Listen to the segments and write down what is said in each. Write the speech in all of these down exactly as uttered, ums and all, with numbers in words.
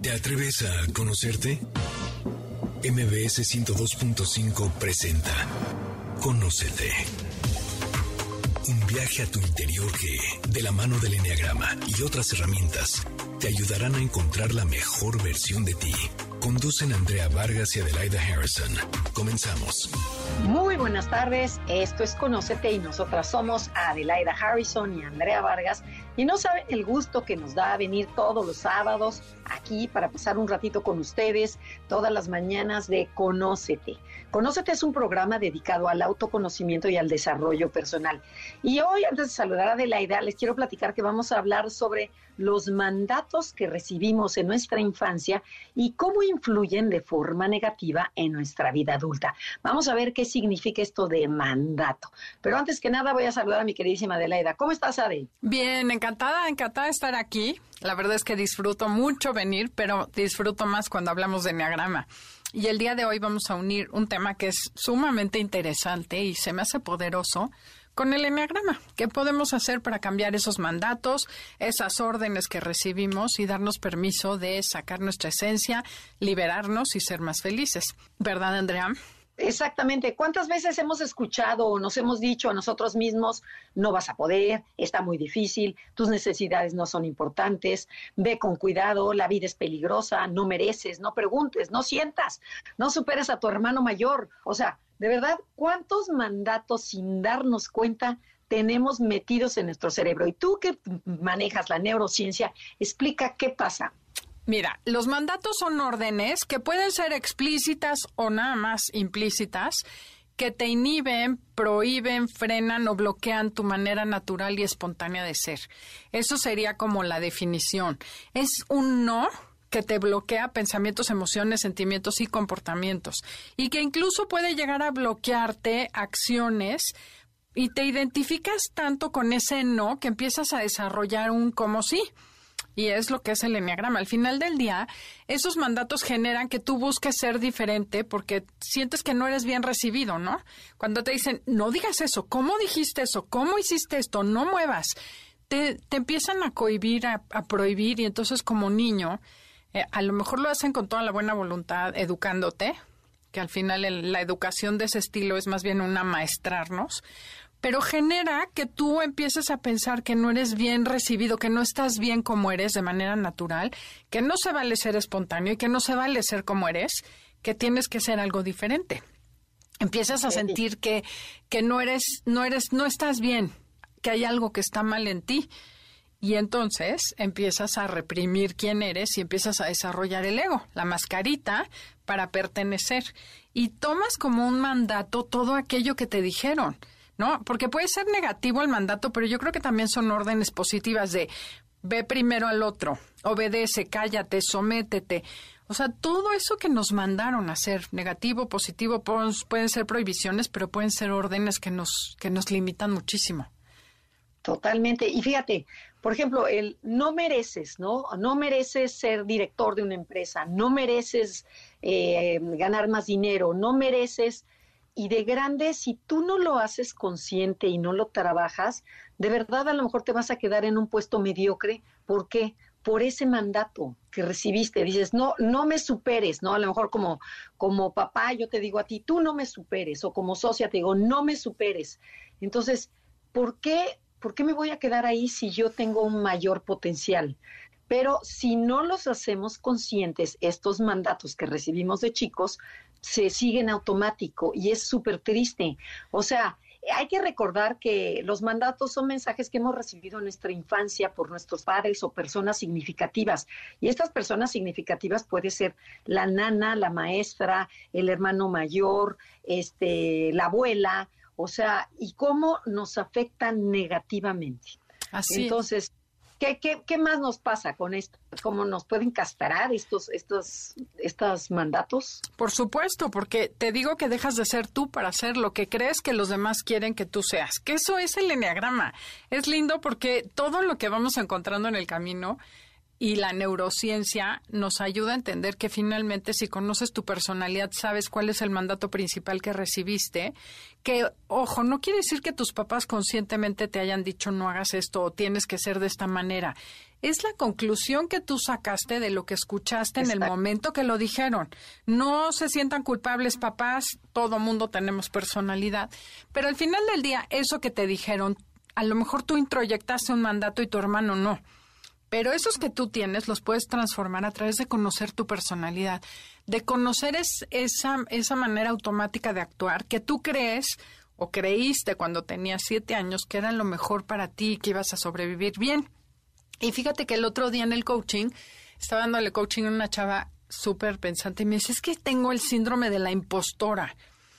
¿Te atreves a conocerte? M B S ciento dos punto cinco presenta Conócete. Un viaje a tu interior que, de la mano del Eneagrama y otras herramientas, te ayudarán a encontrar la mejor versión de ti. Conducen Andrea Vargas y Adelaida Harrison. Comenzamos. Muy buenas tardes, esto es Conócete y nosotras somos Adelaida Harrison y Andrea Vargas. Y no saben el gusto que nos da venir todos los sábados aquí para pasar un ratito con ustedes, todas las mañanas de Conócete. Conócete es un programa dedicado al autoconocimiento y al desarrollo personal. Y hoy, antes de saludar a Adelaida, les quiero platicar que vamos a hablar sobre los mandatos que recibimos en nuestra infancia y cómo influyen de forma negativa en nuestra vida adulta. Vamos a ver qué significa esto de mandato. Pero antes que nada voy a saludar a mi queridísima Adelaida. ¿Cómo estás, Ade? Bien, encantada, encantada de estar aquí. La verdad es que disfruto mucho venir, pero disfruto más cuando hablamos de Eneagrama. Y el día de hoy vamos a unir un tema que es sumamente interesante y se me hace poderoso con el Eneagrama. ¿Qué podemos hacer para cambiar esos mandatos, esas órdenes que recibimos y darnos permiso de sacar nuestra esencia, liberarnos y ser más felices? ¿Verdad, Andrea? Exactamente. ¿Cuántas veces hemos escuchado o nos hemos dicho a nosotros mismos, no vas a poder, está muy difícil, tus necesidades no son importantes, ve con cuidado, la vida es peligrosa, no mereces, no preguntes, no sientas, no superes a tu hermano mayor? O sea, de verdad, ¿cuántos mandatos sin darnos cuenta tenemos metidos en nuestro cerebro? Y tú que manejas la neurociencia, explica qué pasa. Mira, los mandatos son órdenes que pueden ser explícitas o nada más implícitas, que te inhiben, prohíben, frenan o bloquean tu manera natural y espontánea de ser. Eso sería como la definición. Es un no que te bloquea pensamientos, emociones, sentimientos y comportamientos, y que incluso puede llegar a bloquearte acciones, y te identificas tanto con ese no que empiezas a desarrollar un como sí. Y es lo que es el Eneagrama. Al final del día, esos mandatos generan que tú busques ser diferente porque sientes que no eres bien recibido, ¿no? Cuando te dicen, no digas eso, ¿cómo dijiste eso? ¿Cómo hiciste esto? No muevas. Te, te empiezan a cohibir, a, a prohibir, y entonces como niño, eh, a lo mejor lo hacen con toda la buena voluntad, educándote, que al final el, la educación de ese estilo es más bien un amaestrarnos, pero genera que tú empieces a pensar que no eres bien recibido, que no estás bien como eres de manera natural, que no se vale ser espontáneo y que no se vale ser como eres, que tienes que ser algo diferente. Empiezas a sentir que, que no eres, no eres, no estás bien, que hay algo que está mal en ti. Y entonces empiezas a reprimir quién eres y empiezas a desarrollar el ego, la mascarita para pertenecer. Y tomas como un mandato todo aquello que te dijeron, ¿no? Porque puede ser negativo el mandato, pero yo creo que también son órdenes positivas de ve primero al otro, obedece, cállate, sométete. O sea, todo eso que nos mandaron a hacer, negativo, positivo, pueden ser prohibiciones, pero pueden ser órdenes que nos, que nos limitan muchísimo. Totalmente. Y fíjate, por ejemplo, el no mereces, ¿no? No mereces ser director de una empresa, no mereces eh, ganar más dinero, no mereces. Y de grande, si tú no lo haces consciente y no lo trabajas, de verdad a lo mejor te vas a quedar en un puesto mediocre. ¿Por qué? Por ese mandato que recibiste. Dices, no, no me superes, ¿no? A lo mejor como, como papá yo te digo a ti, tú no me superes, o como socia te digo, no me superes. Entonces, ¿por qué, por qué me voy a quedar ahí si yo tengo un mayor potencial? Pero si no los hacemos conscientes, estos mandatos que recibimos de chicos, se siguen automático y es súper triste. O sea, hay que recordar que los mandatos son mensajes que hemos recibido en nuestra infancia por nuestros padres o personas significativas. Y estas personas significativas puede ser la nana, la maestra, el hermano mayor, este, la abuela, o sea, y cómo nos afectan negativamente. Así Entonces, ¿Qué, qué, ¿Qué más nos pasa con esto? ¿Cómo nos pueden castrar estos, estos, estos mandatos? Por supuesto, porque te digo que dejas de ser tú para ser lo que crees que los demás quieren que tú seas. Que eso es el Eneagrama. Es lindo porque todo lo que vamos encontrando en el camino y la neurociencia nos ayuda a entender que finalmente si conoces tu personalidad, sabes cuál es el mandato principal que recibiste, que, ojo, no quiere decir que tus papás conscientemente te hayan dicho no hagas esto o tienes que ser de esta manera. Es la conclusión que tú sacaste de lo que escuchaste en Exacto. el momento que lo dijeron. No se sientan culpables, papás, todo mundo tenemos personalidad, pero al final del día, eso que te dijeron, a lo mejor tú introyectaste un mandato y tu hermano no. Pero esos que tú tienes los puedes transformar a través de conocer tu personalidad, de conocer es, esa, esa manera automática de actuar que tú crees o creíste cuando tenías siete años que era lo mejor para ti y que ibas a sobrevivir bien. Y fíjate que el otro día en el coaching, estaba dándole coaching a una chava súper pensante y me dice, es que tengo el síndrome de la impostora.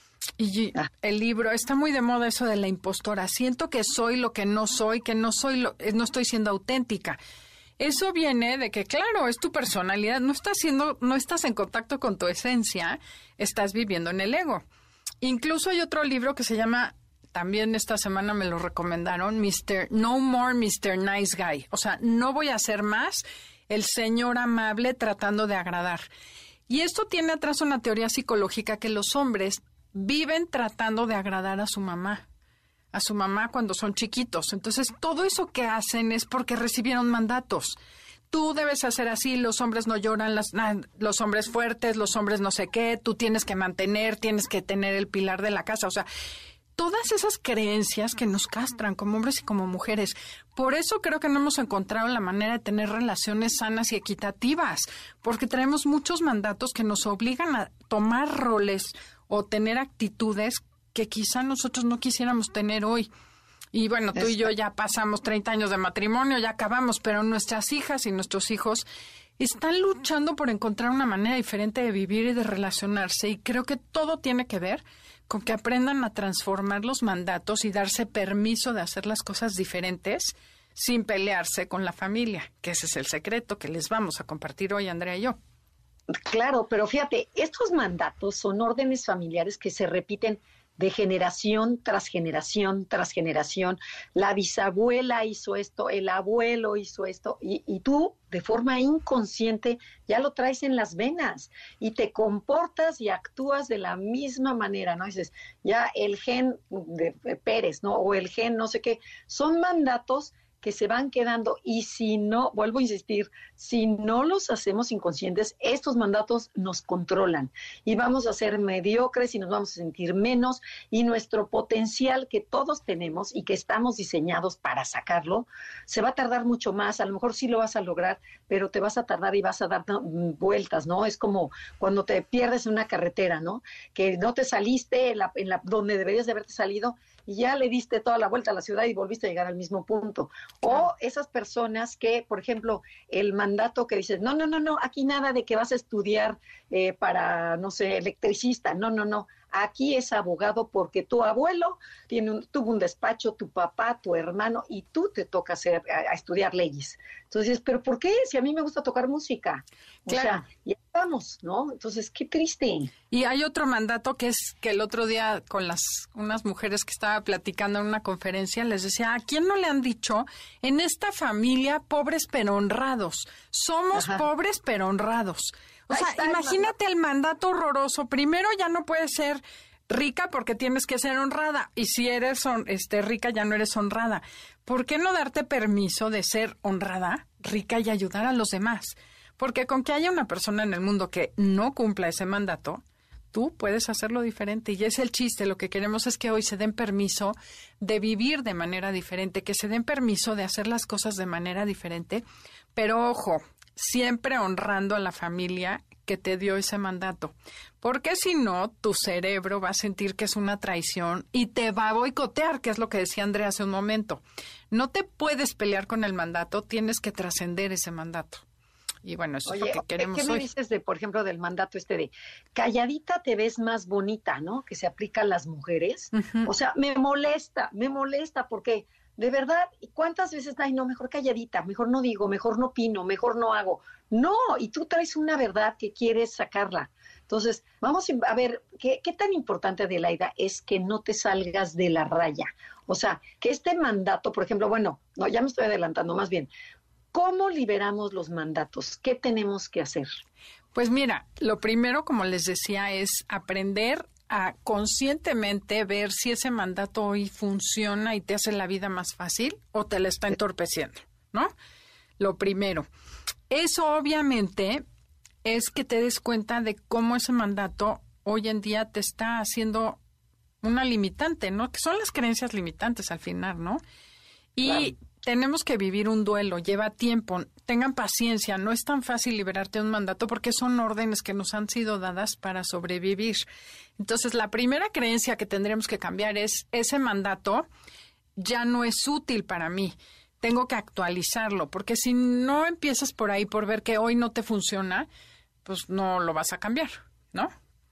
Y Ah. el libro, está muy de moda eso de la impostora. Siento que soy lo que no soy, que no soy lo, no estoy siendo auténtica. Eso viene de que, claro, es tu personalidad, no estás siendo, no estás en contacto con tu esencia, estás viviendo en el ego. Incluso hay otro libro que se llama, también esta semana me lo recomendaron, mister No More mister Nice Guy. O sea, no voy a ser más el señor amable tratando de agradar. Y esto tiene atrás una teoría psicológica que los hombres viven tratando de agradar a su mamá. a su mamá cuando son chiquitos. Entonces, todo eso que hacen es porque recibieron mandatos. Tú debes hacer así, los hombres no lloran, las, nah, los hombres fuertes, los hombres no sé qué, tú tienes que mantener, tienes que tener el pilar de la casa. O sea, todas esas creencias que nos castran como hombres y como mujeres. Por eso creo que no hemos encontrado la manera de tener relaciones sanas y equitativas, porque traemos muchos mandatos que nos obligan a tomar roles o tener actitudes que quizá nosotros no quisiéramos tener hoy. Y bueno, tú y yo ya pasamos treinta años de matrimonio, ya acabamos, pero nuestras hijas y nuestros hijos están luchando por encontrar una manera diferente de vivir y de relacionarse. Y creo que todo tiene que ver con que aprendan a transformar los mandatos y darse permiso de hacer las cosas diferentes sin pelearse con la familia, que ese es el secreto que les vamos a compartir hoy, Andrea y yo. Claro, pero fíjate, estos mandatos son órdenes familiares que se repiten de generación tras generación tras generación. La bisabuela hizo esto, el abuelo hizo esto, y, y tú de forma inconsciente ya lo traes en las venas y te comportas y actúas de la misma manera, ¿no? Dices, ya el gen de Pérez, ¿no? O el gen no sé qué, son mandatos que se van quedando, y si no, vuelvo a insistir, si no los hacemos inconscientes, estos mandatos nos controlan y vamos a ser mediocres y nos vamos a sentir menos, y nuestro potencial que todos tenemos y que estamos diseñados para sacarlo, se va a tardar mucho más. A lo mejor sí lo vas a lograr, pero te vas a tardar y vas a dar vueltas, ¿no? Es como cuando te pierdes en una carretera, ¿no? Que no te saliste en la, en la, donde deberías de haberte salido, y ya le diste toda la vuelta a la ciudad y volviste a llegar al mismo punto. O esas personas que, por ejemplo, el mandato que dices, no, no, no, no, aquí nada de que vas a estudiar eh, para, no sé, electricista, no, no, no, aquí es abogado porque tu abuelo tiene un, tuvo un despacho, tu papá, tu hermano, y tú te toca hacer, a, a estudiar leyes. Entonces, ¿pero por qué? Si a mí me gusta tocar música. O claro. sea, ya vamos, ¿no? Entonces, qué triste. Y hay otro mandato que es que el otro día con las unas mujeres que estaba platicando en una conferencia, les decía, ¿a quién no le han dicho en esta familia pobres pero honrados? Somos Ajá. pobres pero honrados. O sea, está, imagínate el mandato horroroso. Primero ya no puedes ser rica porque tienes que ser honrada. Y si eres este, rica ya no eres honrada. ¿Por qué no darte permiso de ser honrada, rica y ayudar a los demás? Porque con que haya una persona en el mundo que no cumpla ese mandato, tú puedes hacerlo diferente. Y es el chiste. Lo que queremos es que hoy se den permiso de vivir de manera diferente, que se den permiso de hacer las cosas de manera diferente. Pero ojo, siempre honrando a la familia que te dio ese mandato. Porque si no, tu cerebro va a sentir que es una traición y te va a boicotear, que es lo que decía Andrea hace un momento. No te puedes pelear con el mandato, tienes que trascender ese mandato. Y bueno, eso Oye, es lo que queremos hoy. ¿Qué me hoy. dices de, por ejemplo, del mandato este de calladita te ves más bonita, ¿no? Que se aplica a las mujeres. Uh-huh. O sea, me molesta, me molesta porque de verdad, ¿cuántas veces, ay, no, mejor calladita, mejor no digo, mejor no opino, mejor no hago? No, y tú traes una verdad que quieres sacarla. Entonces, vamos a ver, ¿qué, qué tan importante, Adelaida, es que no te salgas de la raya? O sea, que este mandato, por ejemplo, bueno, no, ya me estoy adelantando, más bien, ¿cómo liberamos los mandatos? ¿Qué tenemos que hacer? Pues mira, lo primero, como les decía, es aprender a conscientemente ver si ese mandato hoy funciona y te hace la vida más fácil o te la está entorpeciendo, ¿no? Lo primero. Eso obviamente es que te des cuenta de cómo ese mandato hoy en día te está haciendo una limitante, ¿no? Que son las creencias limitantes al final, ¿no? Y claro, tenemos que vivir un duelo, lleva tiempo, tengan paciencia, no es tan fácil liberarte de un mandato porque son órdenes que nos han sido dadas para sobrevivir. Entonces, la primera creencia que tendremos que cambiar es, ese mandato ya no es útil para mí, tengo que actualizarlo, porque si no empiezas por ahí por ver que hoy no te funciona, pues no lo vas a cambiar, ¿no?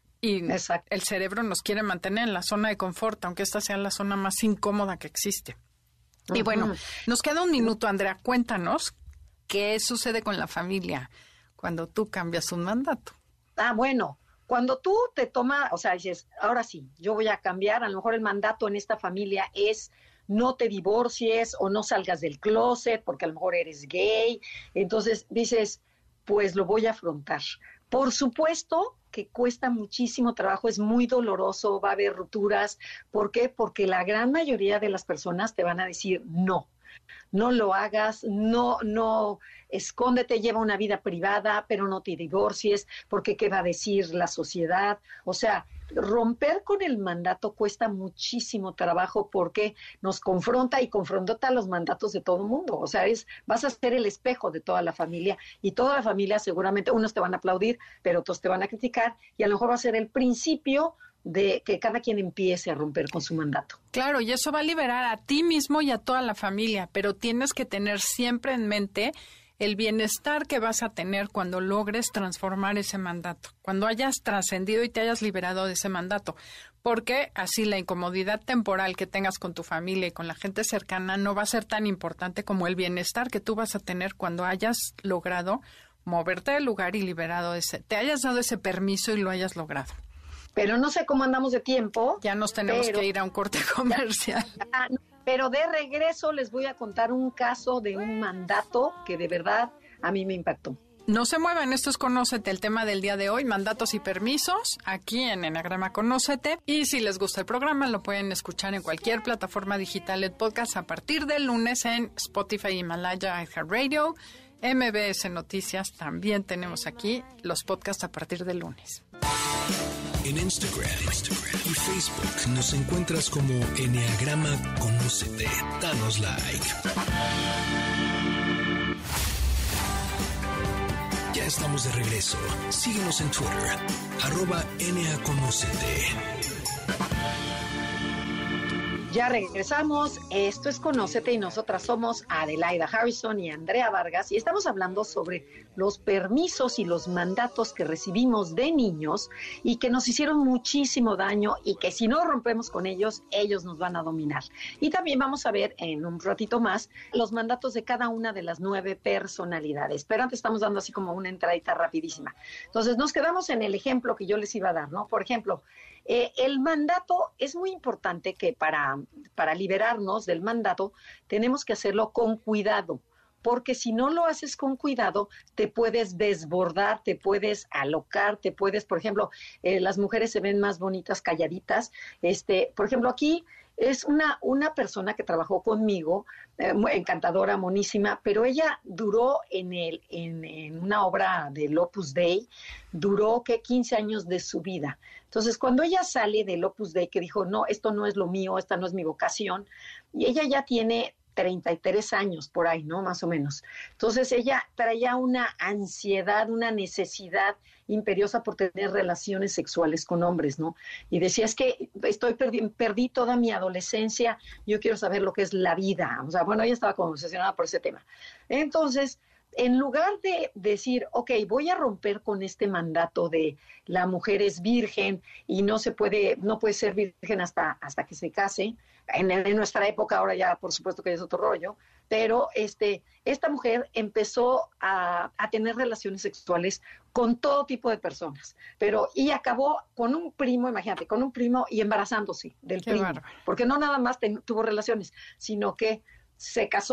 Y exacto, el cerebro nos quiere mantener en la zona de confort, aunque esta sea la zona más incómoda que existe. Uh-huh. Y bueno, nos queda un minuto, Andrea. Cuéntanos qué sucede con la familia cuando tú cambias un mandato. Ah, bueno, cuando tú te tomas, o sea, dices, ahora sí, yo voy a cambiar, a lo mejor el mandato en esta familia es no te divorcies o no salgas del closet porque a lo mejor eres gay. Entonces dices, pues lo voy a afrontar. Por supuesto que cuesta muchísimo trabajo, es muy doloroso, va a haber rupturas. ¿Por qué? Porque la gran mayoría de las personas te van a decir no. No lo hagas, no, no, escóndete, lleva una vida privada, pero no te divorcies, porque ¿qué va a decir la sociedad? O sea, romper con el mandato cuesta muchísimo trabajo porque nos confronta y confronta los mandatos de todo el mundo. O sea, es, vas a ser el espejo de toda la familia y toda la familia seguramente, unos te van a aplaudir, pero otros te van a criticar y a lo mejor va a ser el principio de que cada quien empiece a romper con su mandato. Claro, y eso va a liberar a ti mismo y a toda la familia, pero tienes que tener siempre en mente el bienestar que vas a tener cuando logres transformar ese mandato, cuando hayas trascendido y te hayas liberado de ese mandato, porque así la incomodidad temporal que tengas con tu familia y con la gente cercana no va a ser tan importante como el bienestar que tú vas a tener cuando hayas logrado moverte del lugar y liberado ese, te hayas dado ese permiso y lo hayas logrado. Pero no sé cómo andamos de tiempo. Ya nos tenemos pero, que ir a un corte comercial. Ya, no, pero de regreso les voy a contar un caso de un mandato que de verdad a mí me impactó. No se muevan, esto es Conócete, el tema del día de hoy, mandatos y permisos, aquí en Enagrama Conócete. Y si les gusta el programa, lo pueden escuchar en cualquier plataforma digital de podcast a partir del lunes en Spotify, Himalaya, iHeartRadio, M B S Noticias. También tenemos aquí los podcasts a partir del lunes. En Instagram, Instagram y Facebook nos encuentras como Eneagrama Conócete. Danos like. Ya estamos de regreso. Síguenos en Twitter, arroba Eneaconócete. Ya regresamos, esto es Conócete y nosotras somos Adelaida Harrison y Andrea Vargas y estamos hablando sobre los permisos y los mandatos que recibimos de niños y que nos hicieron muchísimo daño y que si no rompemos con ellos, ellos nos van a dominar. Y también vamos a ver en un ratito más los mandatos de cada una de las nueve personalidades, pero antes estamos dando así como una entradita rapidísima. Entonces nos quedamos en el ejemplo que yo les iba a dar, ¿no? Por ejemplo, Eh, el mandato es muy importante que para, para liberarnos del mandato tenemos que hacerlo con cuidado, porque si no lo haces con cuidado te puedes desbordar, te puedes alocar, te puedes, por ejemplo, eh, las mujeres se ven más bonitas calladitas. Este, por ejemplo, aquí es una, una persona que trabajó conmigo, eh, encantadora, monísima, pero ella duró en, el, en, en una obra del Opus Dei, duró que quince años de su vida. Entonces, cuando ella sale del Opus Dei, que dijo, no, esto no es lo mío, esta no es mi vocación, y ella ya tiene treinta y tres años por ahí, ¿no? Más o menos. Entonces, ella traía una ansiedad, una necesidad imperiosa por tener relaciones sexuales con hombres, ¿no? Y decía, es que estoy perdi- perdí toda mi adolescencia, yo quiero saber lo que es la vida. O sea, bueno, ella estaba como obsesionada por ese tema. Entonces, en lugar de decir, ok, voy a romper con este mandato de la mujer es virgen y no se puede, no puede ser virgen hasta, hasta que se case, en, en nuestra época ahora ya por supuesto que es otro rollo, pero este, esta mujer empezó a, a tener relaciones sexuales con todo tipo de personas, pero y acabó con un primo, imagínate, con un primo y embarazándose del Qué primo, bárbaro. porque no nada más ten, tuvo relaciones, sino que se casó,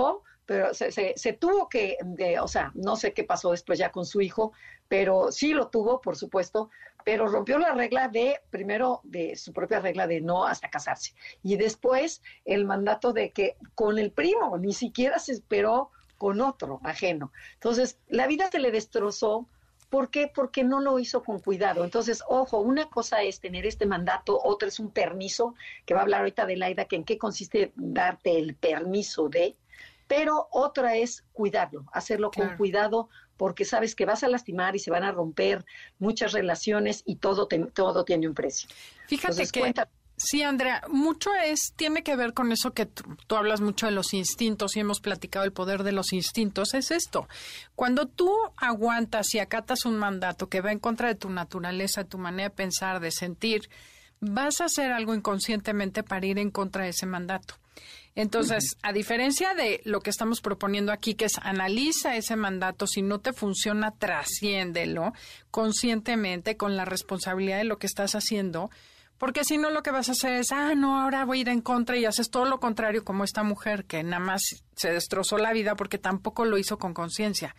pero se, se, se tuvo que, de, o sea, no sé qué pasó después ya con su hijo, pero sí lo tuvo, por supuesto, pero rompió la regla de, primero, de su propia regla de no hasta casarse, y después el mandato de que con el primo, ni siquiera se esperó con otro ajeno. Entonces, la vida se le destrozó. ¿Por qué? Porque no lo hizo con cuidado. Entonces, ojo, una cosa es tener este mandato, otra es un permiso, que va a hablar ahorita de Laida, que en qué consiste darte el permiso de, pero otra es cuidarlo, hacerlo con claro. cuidado, porque sabes que vas a lastimar y se van a romper muchas relaciones y todo, te, todo tiene un precio. Fíjate Entonces, que... cuenta. Sí, Andrea, mucho es, tiene que ver con eso que tú, tú hablas mucho de los instintos y hemos platicado el poder de los instintos, es esto. Cuando tú aguantas y acatas un mandato que va en contra de tu naturaleza, tu manera de pensar, de sentir, vas a hacer algo inconscientemente para ir en contra de ese mandato. Entonces, uh-huh. a diferencia de lo que estamos proponiendo aquí, que es analiza ese mandato, si no te funciona, trasciéndelo conscientemente con la responsabilidad de lo que estás haciendo. Porque si no, lo que vas a hacer es, ah, no, ahora voy a ir en contra y haces todo lo contrario como esta mujer que nada más se destrozó la vida porque tampoco lo hizo con conciencia.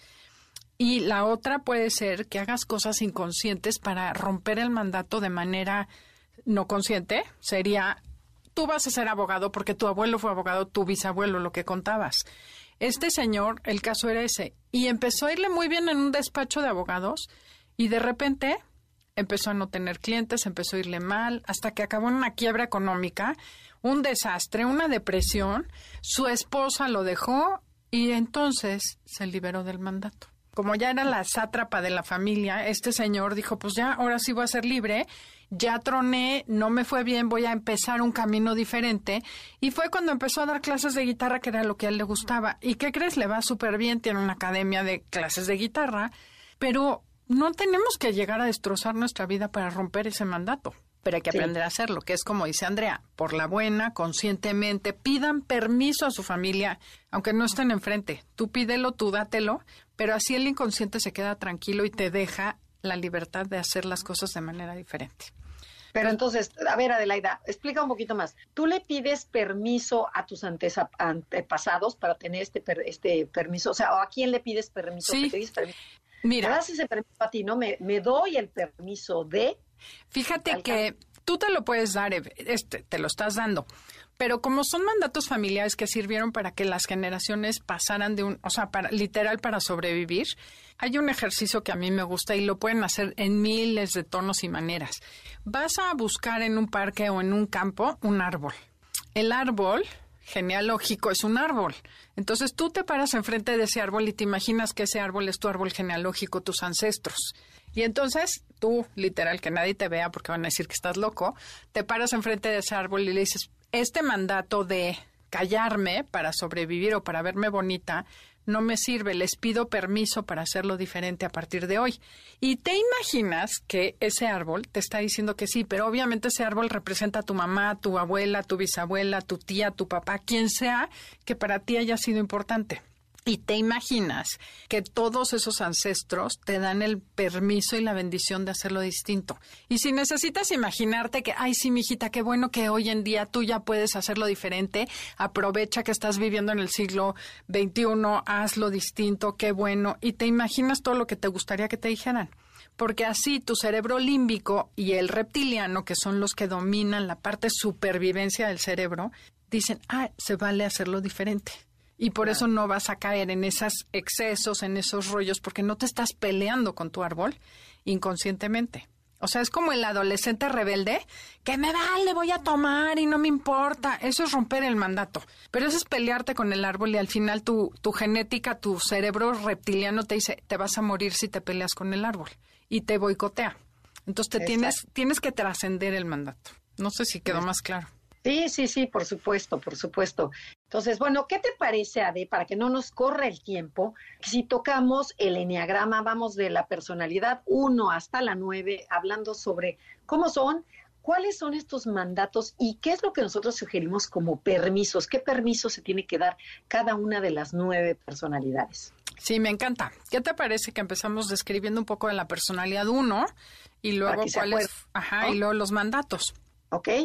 Y la otra puede ser que hagas cosas inconscientes para romper el mandato de manera no consciente. Sería, tú vas a ser abogado porque tu abuelo fue abogado, tu bisabuelo, lo que contabas. Este señor, el caso era ese, y empezó a irle muy bien en un despacho de abogados y de repente... empezó a no tener clientes, empezó a irle mal, hasta que acabó en una quiebra económica, un desastre, una depresión. Su esposa lo dejó y entonces se liberó del mandato. Como ya era la sátrapa de la familia, este señor dijo, pues ya, ahora sí voy a ser libre, ya troné, no me fue bien, voy a empezar un camino diferente. Y fue cuando empezó a dar clases de guitarra, que era lo que a él le gustaba. ¿Y qué crees? Le va súper bien, tiene una academia de clases de guitarra, pero... no tenemos que llegar a destrozar nuestra vida para romper ese mandato, pero hay que aprender sí. a hacerlo, que es como dice Andrea, por la buena, conscientemente, pidan permiso a su familia, aunque no estén enfrente. Tú pídelo, tú dátelo, pero así el inconsciente se queda tranquilo y te deja la libertad de hacer las cosas de manera diferente. Pero entonces, a ver, Adelaida, explica un poquito más. ¿Tú le pides permiso a tus antesa- antepasados para tener este, per- este permiso? O sea, ¿o a quién le pides permiso? Sí. ¿Te pides permiso? Mira, ¿me das ese permiso a ti? ¿No? Me, me doy el permiso de... Fíjate que tú te lo puedes dar, este, te lo estás dando, pero como son mandatos familiares que sirvieron para que las generaciones pasaran de un, o sea, para, literal para sobrevivir, hay un ejercicio que a mí me gusta y lo pueden hacer en miles de tonos y maneras. Vas a buscar en un parque o en un campo un árbol. El árbol genealógico es un árbol. Entonces tú te paras enfrente de ese árbol y te imaginas que ese árbol es tu árbol genealógico, tus ancestros. Y entonces tú, literal, que nadie te vea porque van a decir que estás loco, te paras enfrente de ese árbol y le dices, este mandato de callarme para sobrevivir o para verme bonita no me sirve, les pido permiso para hacerlo diferente a partir de hoy. Y te imaginas que ese árbol te está diciendo que sí, pero obviamente ese árbol representa a tu mamá, tu abuela, tu bisabuela, tu tía, tu papá, quien sea que para ti haya sido importante. Y te imaginas que todos esos ancestros te dan el permiso y la bendición de hacerlo distinto. Y si necesitas imaginarte que, ay, sí, mijita, qué bueno que hoy en día tú ya puedes hacerlo diferente, aprovecha que estás viviendo en el siglo veintiuno, hazlo distinto, qué bueno, y te imaginas todo lo que te gustaría que te dijeran. Porque así tu cerebro límbico y el reptiliano, que son los que dominan la parte supervivencia del cerebro, dicen, ah, se vale hacerlo diferente. Y por claro. eso no vas a caer en esos excesos, en esos rollos, porque no te estás peleando con tu árbol inconscientemente. O sea, es como el adolescente rebelde, que me vale, voy a tomar y no me importa. Eso es romper el mandato. Pero eso es pelearte con el árbol y al final tu, tu genética, tu cerebro reptiliano te dice, te vas a morir si te peleas con el árbol. Y te boicotea. Entonces te tienes, tienes que trascender el mandato. No sé si quedó más claro. Sí, sí, sí, por supuesto, por supuesto. Entonces, bueno, ¿qué te parece, Ade, para que no nos corra el tiempo, si tocamos el eneagrama, vamos de la personalidad uno hasta la nueve, hablando sobre cómo son, cuáles son estos mandatos y qué es lo que nosotros sugerimos como permisos? ¿Qué permisos se tiene que dar cada una de las nueve personalidades? Sí, me encanta. ¿Qué te parece que empezamos describiendo un poco de la personalidad uno y luego cuáles, ajá, ¿no? Y luego los mandatos? Ok.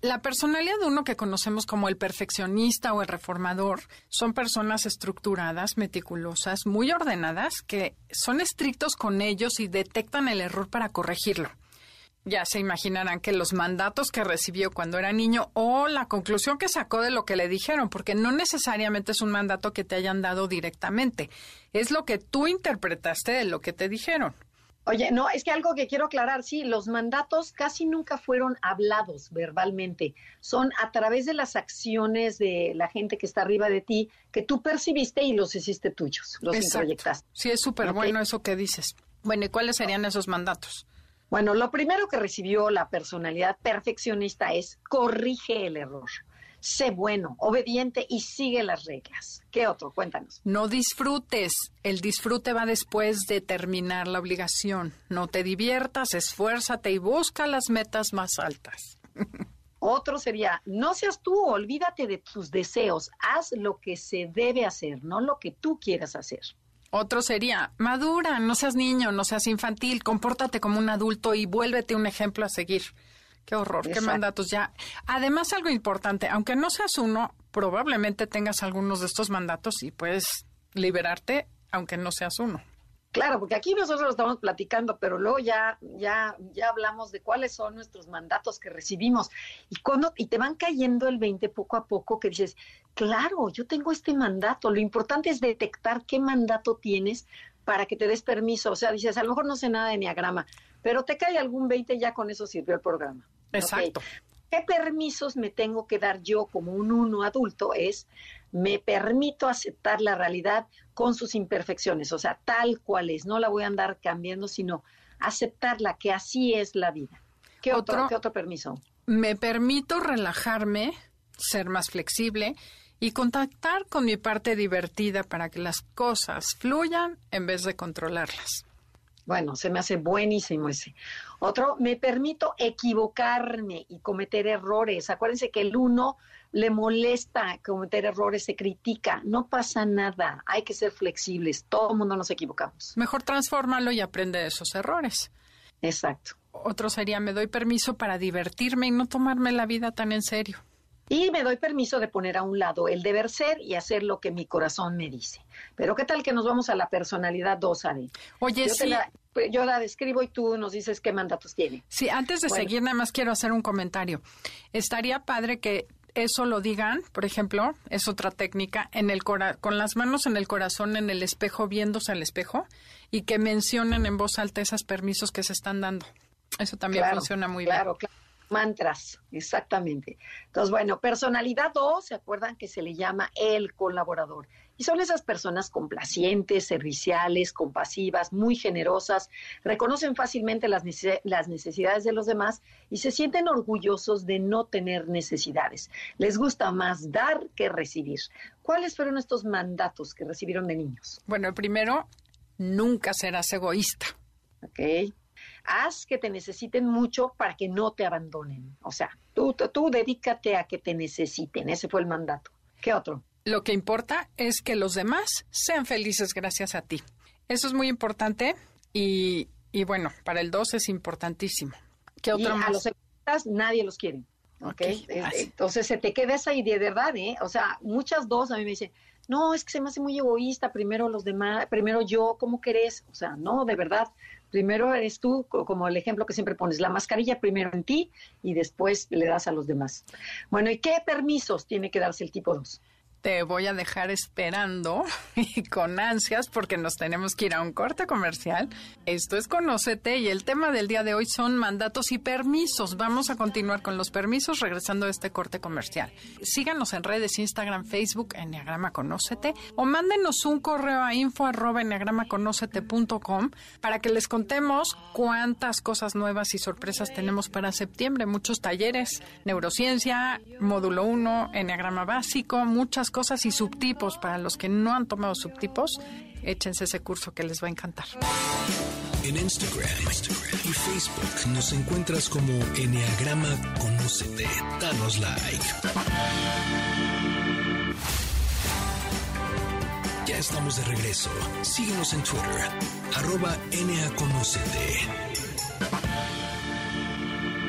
La personalidad de uno que conocemos como el perfeccionista o el reformador son personas estructuradas, meticulosas, muy ordenadas, que son estrictos con ellos y detectan el error para corregirlo. Ya se imaginarán que los mandatos que recibió cuando era niño o la conclusión que sacó de lo que le dijeron, porque no necesariamente es un mandato que te hayan dado directamente, es lo que tú interpretaste de lo que te dijeron. Oye, no, es que algo que quiero aclarar, sí, los mandatos casi nunca fueron hablados verbalmente, son a través de las acciones de la gente que está arriba de ti, que tú percibiste y los hiciste tuyos, los introyectaste. Sí, es súper ¿Okay? bueno eso que dices. Bueno, ¿y cuáles serían esos mandatos? Bueno, lo primero que recibió la personalidad perfeccionista es corrige el error. Sé bueno, obediente y sigue las reglas. ¿Qué otro? Cuéntanos. No disfrutes. El disfrute va después de terminar la obligación. No te diviertas, esfuérzate y busca las metas más altas. Otro sería, no seas tú, olvídate de tus deseos. Haz lo que se debe hacer, no lo que tú quieras hacer. Otro sería, madura, no seas niño, no seas infantil, compórtate como un adulto y vuélvete un ejemplo a seguir. Qué horror, Exacto. Qué mandatos ya. Además, algo importante, aunque no seas uno, probablemente tengas algunos de estos mandatos y puedes liberarte, aunque no seas uno. Claro, porque aquí nosotros lo estamos platicando, pero luego ya, ya, ya hablamos de cuáles son nuestros mandatos que recibimos. Y cuando, y te van cayendo el veinte poco a poco que dices, claro, yo tengo este mandato. Lo importante es detectar qué mandato tienes para que te des permiso. O sea, dices, a lo mejor no sé nada de enneagrama, pero te cae algún veinte, ya con eso sirvió el programa. Exacto. Okay. ¿Qué permisos me tengo que dar yo como un uno adulto? Es, me permito aceptar la realidad con sus imperfecciones, o sea, tal cual es. No la voy a andar cambiando, sino aceptarla, que así es la vida. ¿Qué otro, otro, ¿qué otro permiso? Me permito relajarme, ser más flexible y contactar con mi parte divertida para que las cosas fluyan en vez de controlarlas. Bueno, se me hace buenísimo ese. Otro, me permito equivocarme y cometer errores. Acuérdense que el uno le molesta cometer errores, se critica. No pasa nada, hay que ser flexibles. Todo el mundo nos equivocamos. Mejor transfórmalo y aprende de esos errores. Exacto. Otro sería, me doy permiso para divertirme y no tomarme la vida tan en serio. Y me doy permiso de poner a un lado el deber ser y hacer lo que mi corazón me dice. Pero ¿qué tal que nos vamos a la personalidad dos, Adi? Oye, yo sí. La, yo la describo y tú nos dices qué mandatos tiene. Sí, antes de bueno. seguir, nada más quiero hacer un comentario. Estaría padre que eso lo digan, por ejemplo, es otra técnica, en el cora- con las manos en el corazón, en el espejo, viéndose al espejo, y que mencionen en voz alta esos permisos que se están dando. Eso también claro, funciona muy claro, bien. Claro. Mantras, exactamente. Entonces, bueno, personalidad dos, ¿se acuerdan que se le llama el colaborador? Y son esas personas complacientes, serviciales, compasivas, muy generosas, reconocen fácilmente las, nece- las necesidades de los demás y se sienten orgullosos de no tener necesidades. Les gusta más dar que recibir. ¿Cuáles fueron estos mandatos que recibieron de niños? Bueno, el primero, nunca serás egoísta. Ok. Haz que te necesiten mucho para que no te abandonen. O sea, tú, tú, tú dedícate a que te necesiten. Ese fue el mandato. ¿Qué otro? Lo que importa es que los demás sean felices gracias a ti. Eso es muy importante y, y bueno, para el dos es importantísimo. ¿Qué otro y más? A los egoístas nadie los quiere. ¿Okay? Okay. Es, entonces se te queda esa idea de verdad, ¿eh? O sea, muchas dos a mí me dicen, no, es que se me hace muy egoísta, primero los demás, primero yo, ¿cómo querés? O sea, no, de verdad. Primero eres tú, como el ejemplo que siempre pones, la mascarilla primero en ti y después le das a los demás. Bueno, ¿y qué permisos tiene que darse el tipo dos? Te voy a dejar esperando y con ansias porque nos tenemos que ir a un corte comercial. Esto es Conócete y el tema del día de hoy son mandatos y permisos. Vamos a continuar con los permisos regresando a este corte comercial. Síganos en redes, Instagram, Facebook, Enneagrama Conócete o mándenos un correo a info arroba enneagramaconócete punto com para que les contemos cuántas cosas nuevas y sorpresas tenemos para septiembre. Muchos talleres, neurociencia, módulo uno, Enneagrama básico, muchas cosas y subtipos. Para los que no han tomado subtipos, échense ese curso que les va a encantar. En Instagram, Instagram y Facebook nos encuentras como Enneagrama Conócete. Danos like. Ya estamos de regreso. Síguenos en Twitter, arroba Enneaconócete.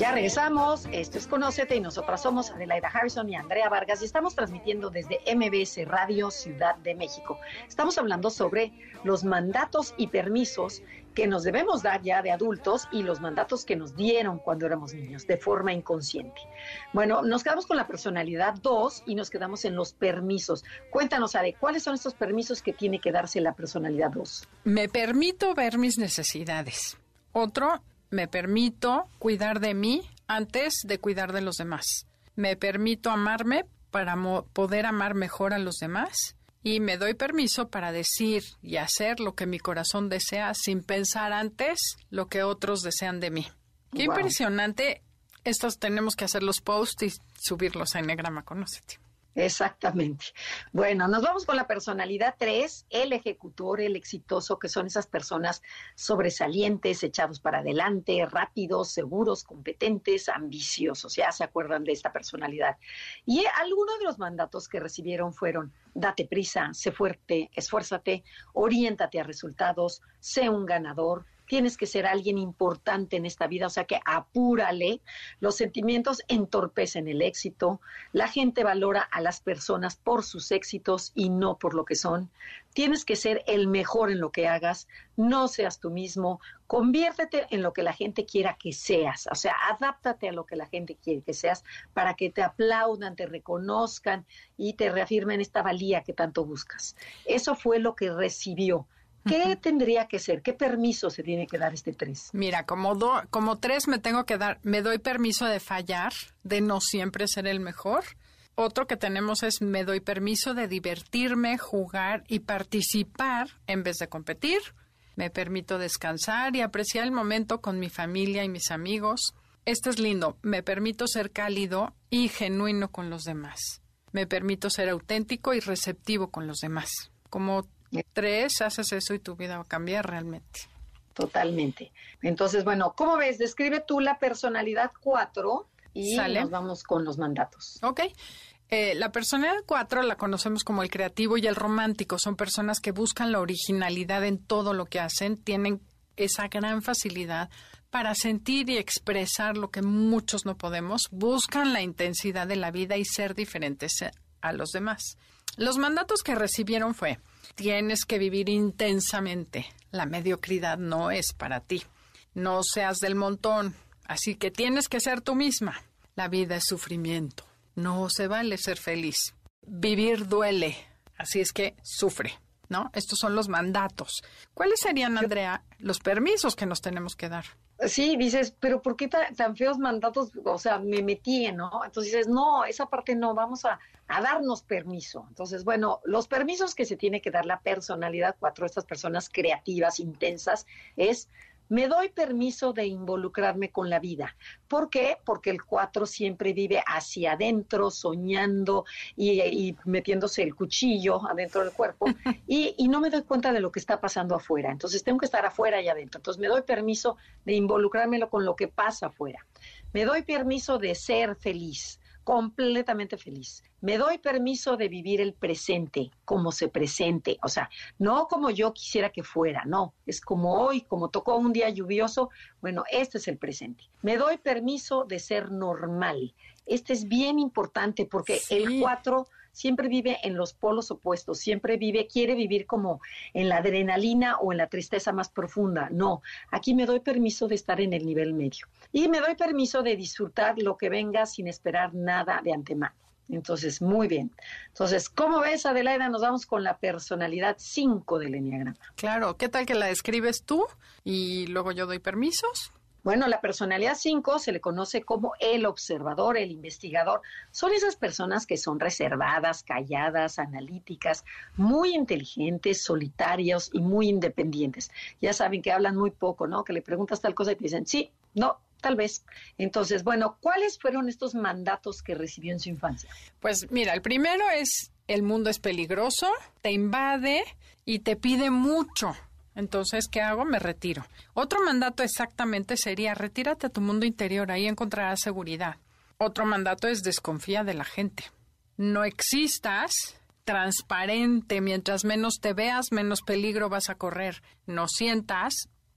Ya regresamos, esto es Conócete y nosotras somos Adelaida Harrison y Andrea Vargas y estamos transmitiendo desde M B S Radio Ciudad de México. Estamos hablando sobre los mandatos y permisos que nos debemos dar ya de adultos y los mandatos que nos dieron cuando éramos niños de forma inconsciente. Bueno, nos quedamos con la personalidad dos y nos quedamos en los permisos. Cuéntanos, Ade, ¿cuáles son estos permisos que tiene que darse la personalidad dos? Me permito ver mis necesidades. Otro, me permito cuidar de mí antes de cuidar de los demás. Me permito amarme para mo- poder amar mejor a los demás. Y me doy permiso para decir y hacer lo que mi corazón desea sin pensar antes lo que otros desean de mí. Qué wow. Impresionante. Estos tenemos que hacer los posts y subirlos a Enneagrama Conócete. Exactamente. Bueno, nos vamos con la personalidad tres, el ejecutor, el exitoso, que son esas personas sobresalientes, echados para adelante, rápidos, seguros, competentes, ambiciosos. Ya se acuerdan de esta personalidad. Y algunos de los mandatos que recibieron fueron: date prisa, sé fuerte, esfuérzate, oriéntate a resultados, sé un ganador. Tienes que ser alguien importante en esta vida, o sea que apúrale. Los sentimientos entorpecen el éxito. La gente valora a las personas por sus éxitos y no por lo que son. Tienes que ser el mejor en lo que hagas. No seas tú mismo. Conviértete en lo que la gente quiera que seas. O sea, adáptate a lo que la gente quiere que seas para que te aplaudan, te reconozcan y te reafirmen esta valía que tanto buscas. Eso fue lo que recibió. ¿Qué uh-huh. tendría que ser? ¿Qué permiso se tiene que dar este tres? Mira, como, do, como tres me tengo que dar, me doy permiso de fallar, de no siempre ser el mejor. Otro que tenemos es me doy permiso de divertirme, jugar y participar en vez de competir. Me permito descansar y apreciar el momento con mi familia y mis amigos. Este es lindo. Me permito ser cálido y genuino con los demás. Me permito ser auténtico y receptivo con los demás. Como tres, haces eso y tu vida va a cambiar realmente. Totalmente. Entonces, bueno, ¿cómo ves? Describe tú la personalidad cuatro y ¿Sale? Nos vamos con los mandatos. Ok. Eh, la personalidad cuatro la conocemos como el creativo y el romántico. Son personas que buscan la originalidad en todo lo que hacen. Tienen esa gran facilidad para sentir y expresar lo que muchos no podemos. Buscan la intensidad de la vida y ser diferentes a los demás. Los mandatos que recibieron fue: tienes que vivir intensamente. La mediocridad no es para ti. No seas del montón. Así que tienes que ser tú misma. La vida es sufrimiento. No se vale ser feliz. Vivir duele. Así es que sufre, ¿no? Estos son los mandatos. ¿Cuáles serían, Andrea, los permisos que nos tenemos que dar? Sí, dices, pero ¿por qué tan, tan feos mandatos? O sea, me metí, ¿no? Entonces dices, no, esa parte no, vamos a, a darnos permiso. Entonces, bueno, los permisos que se tiene que dar la personalidad cuatro, estas personas creativas, intensas, es: me doy permiso de involucrarme con la vida. ¿Por qué? Porque el cuatro siempre vive hacia adentro, soñando y, y metiéndose el cuchillo adentro del cuerpo y, y no me doy cuenta de lo que está pasando afuera. Entonces tengo que estar afuera y adentro. Entonces me doy permiso de involucrarme con lo que pasa afuera. Me doy permiso de ser feliz, completamente feliz. Me doy permiso de vivir el presente, como se presente, o sea, no como yo quisiera que fuera, no, es como hoy, como tocó un día lluvioso, bueno, este es el presente. Me doy permiso de ser normal. Este es bien importante porque sí. El cuatro siempre vive en los polos opuestos, siempre vive, quiere vivir como en la adrenalina o en la tristeza más profunda. No, aquí me doy permiso de estar en el nivel medio. Y me doy permiso de disfrutar lo que venga sin esperar nada de antemano. Entonces, muy bien. Entonces, ¿cómo ves, Adelaida? Nos vamos con la personalidad cinco del Enneagrama. Claro, ¿qué tal que la describes tú y luego yo doy permisos? Bueno, la personalidad cinco se le conoce como el observador, el investigador. Son esas personas que son reservadas, calladas, analíticas, muy inteligentes, solitarios y muy independientes. Ya saben que hablan muy poco, ¿no? Que le preguntas tal cosa y te dicen sí, no, tal vez. Entonces, bueno, ¿cuáles fueron estos mandatos que recibió en su infancia? Pues mira, el primero es: el mundo es peligroso, te invade y te pide mucho. Entonces, ¿qué hago? Me retiro. Otro mandato exactamente sería: retírate a tu mundo interior, ahí encontrarás seguridad. Otro mandato es: desconfía de la gente. No existas, transparente, mientras menos te veas, menos peligro vas a correr. No sientas,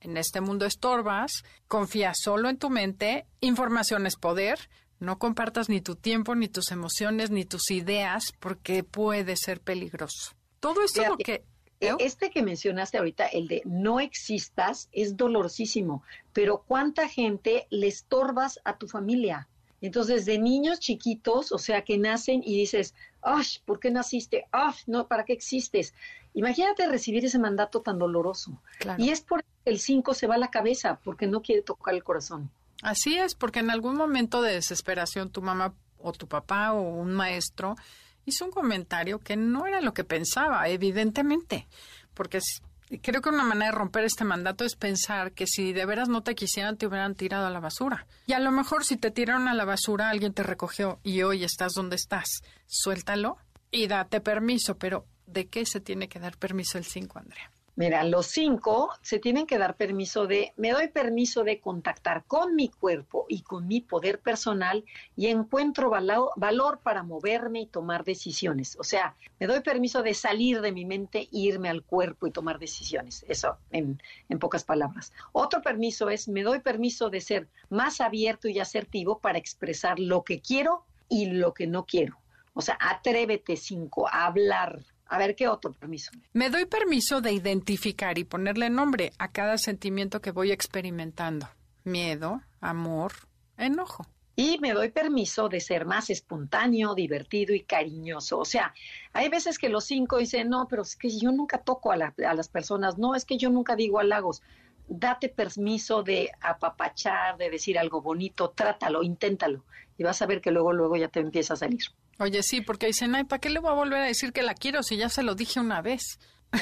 En este mundo estorbas, confía solo en tu mente, información es poder, no compartas ni tu tiempo, ni tus emociones, ni tus ideas, porque puede ser peligroso. Todo esto es lo que... ¿no? Este que mencionaste ahorita, el de no existas, es dolorosísimo, pero ¿cuánta gente le estorbas a tu familia? Entonces, de niños chiquitos, o sea, que nacen y dices, ¡ay, ¿por qué naciste? ¡Ay, no, ¿para qué existes? Imagínate recibir ese mandato tan doloroso. Claro. Y es por eso que el cinco se va a la cabeza, porque no quiere tocar el corazón. Así es, porque en algún momento de desesperación tu mamá o tu papá o un maestro hizo un comentario que no era lo que pensaba, evidentemente, porque creo que una manera de romper este mandato es pensar que si de veras no te quisieran, te hubieran tirado a la basura. Y a lo mejor si te tiraron a la basura, alguien te recogió y hoy estás donde estás. Suéltalo y date permiso, pero ¿de qué se tiene que dar permiso el cinco, Andrea? Mira, los cinco se tienen que dar permiso de, me doy permiso de contactar con mi cuerpo y con mi poder personal y encuentro valor, valor para moverme y tomar decisiones. O sea, me doy permiso de salir de mi mente, irme al cuerpo y tomar decisiones. Eso, en, en pocas palabras. Otro permiso es, me doy permiso de ser más abierto y asertivo para expresar lo que quiero y lo que no quiero. O sea, atrévete, cinco, a hablar. A ver, ¿qué otro permiso? Me doy permiso de identificar y ponerle nombre a cada sentimiento que voy experimentando. Miedo, amor, enojo. Y me doy permiso de ser más espontáneo, divertido y cariñoso. O sea, hay veces que los cinco dicen, no, pero es que yo nunca toco a, la, a las personas. No, es que yo nunca digo halagos. Date permiso de apapachar, de decir algo bonito. Trátalo, inténtalo. Y vas a ver que luego, luego ya te empieza a salir. Oye, sí, porque dicen, ay, ¿para qué le voy a volver a decir que la quiero si ya se lo dije una vez?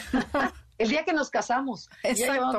El día que nos casamos. Exacto.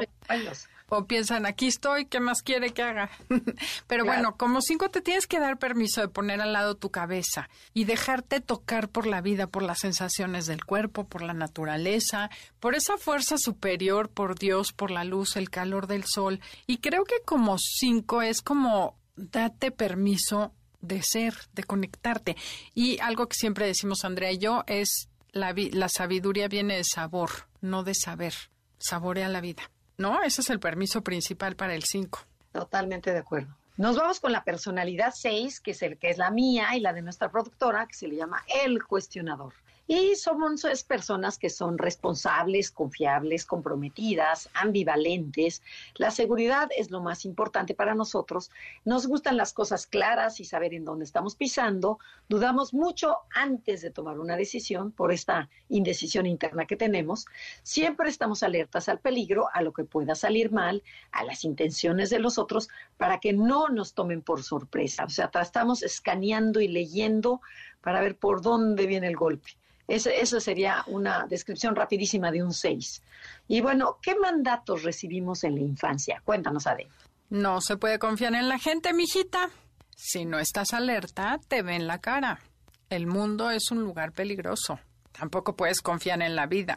O piensan, aquí estoy, ¿qué más quiere que haga? Pero claro. Bueno, como cinco te tienes que dar permiso de poner al lado tu cabeza y dejarte tocar por la vida, por las sensaciones del cuerpo, por la naturaleza, por esa fuerza superior, por Dios, por la luz, el calor del sol. Y creo que como cinco es como date permiso de ser, de conectarte. Y algo que siempre decimos Andrea y yo es la, vi- la sabiduría viene de sabor, no de saber. Saborea la vida, ¿no? Ese es el permiso principal para el cinco. Totalmente de acuerdo. Nos vamos con la personalidad seis, que es el que es la mía y la de nuestra productora, que se le llama el cuestionador. Y somos personas que son responsables, confiables, comprometidas, ambivalentes. La seguridad es lo más importante para nosotros. Nos gustan las cosas claras y saber en dónde estamos pisando. Dudamos mucho antes de tomar una decisión por esta indecisión interna que tenemos. Siempre estamos alertas al peligro, a lo que pueda salir mal, a las intenciones de los otros, para que no nos tomen por sorpresa. O sea, estamos escaneando y leyendo para ver por dónde viene el golpe. Ese, eso sería una descripción rapidísima de un seis. Y bueno, ¿qué mandatos recibimos en la infancia? Cuéntanos, Ade. No se puede confiar en la gente, mijita. Si no estás alerta, te ven la cara. El mundo es un lugar peligroso. Tampoco puedes confiar en la vida.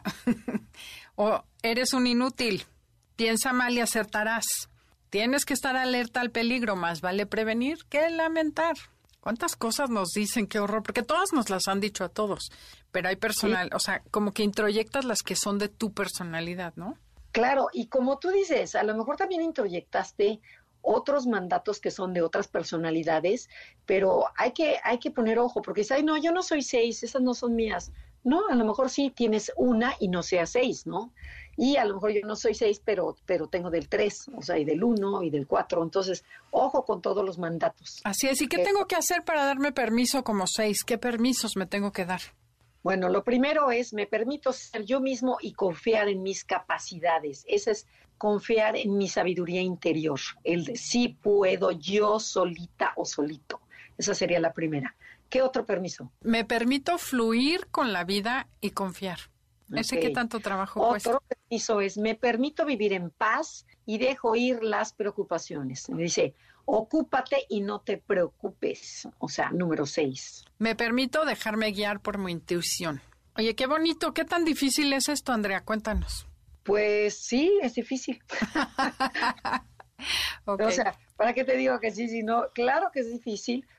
O eres un inútil. Piensa mal y acertarás. Tienes que estar alerta al peligro. Más vale prevenir que lamentar. ¿Cuántas cosas nos dicen? Qué horror, porque todas nos las han dicho a todos, pero hay personal, sí. O sea, como que introyectas las que son de tu personalidad, ¿no? Claro, y como tú dices, a lo mejor también introyectaste otros mandatos que son de otras personalidades, pero hay que, hay que poner ojo, porque dices, ay, no, yo no soy seis, esas no son mías. No, a lo mejor sí tienes una y no sea seis, ¿no? Y a lo mejor yo no soy seis, pero, pero tengo del tres, o sea, y del uno y del cuatro. Entonces, ojo con todos los mandatos. Así es. ¿Y qué eh, tengo que hacer para darme permiso como seis? ¿Qué permisos me tengo que dar? Bueno, lo primero es, me permito ser yo mismo y confiar en mis capacidades. Ese es confiar en mi sabiduría interior. El de sí puedo yo solita o solito. Esa sería la primera. ¿Qué otro permiso? Me permito fluir con la vida y confiar. Okay. ¿Ese qué tanto trabajo Otro cuesta? permiso es, me permito vivir en paz y dejo ir las preocupaciones. Me dice, ocúpate y no te preocupes. O sea, número seis. Me permito dejarme guiar por mi intuición. Oye, qué bonito. ¿Qué tan difícil es esto, Andrea? Cuéntanos. Pues sí, es difícil. Okay. O sea, ¿para qué te digo que sí, si no? Claro que es difícil,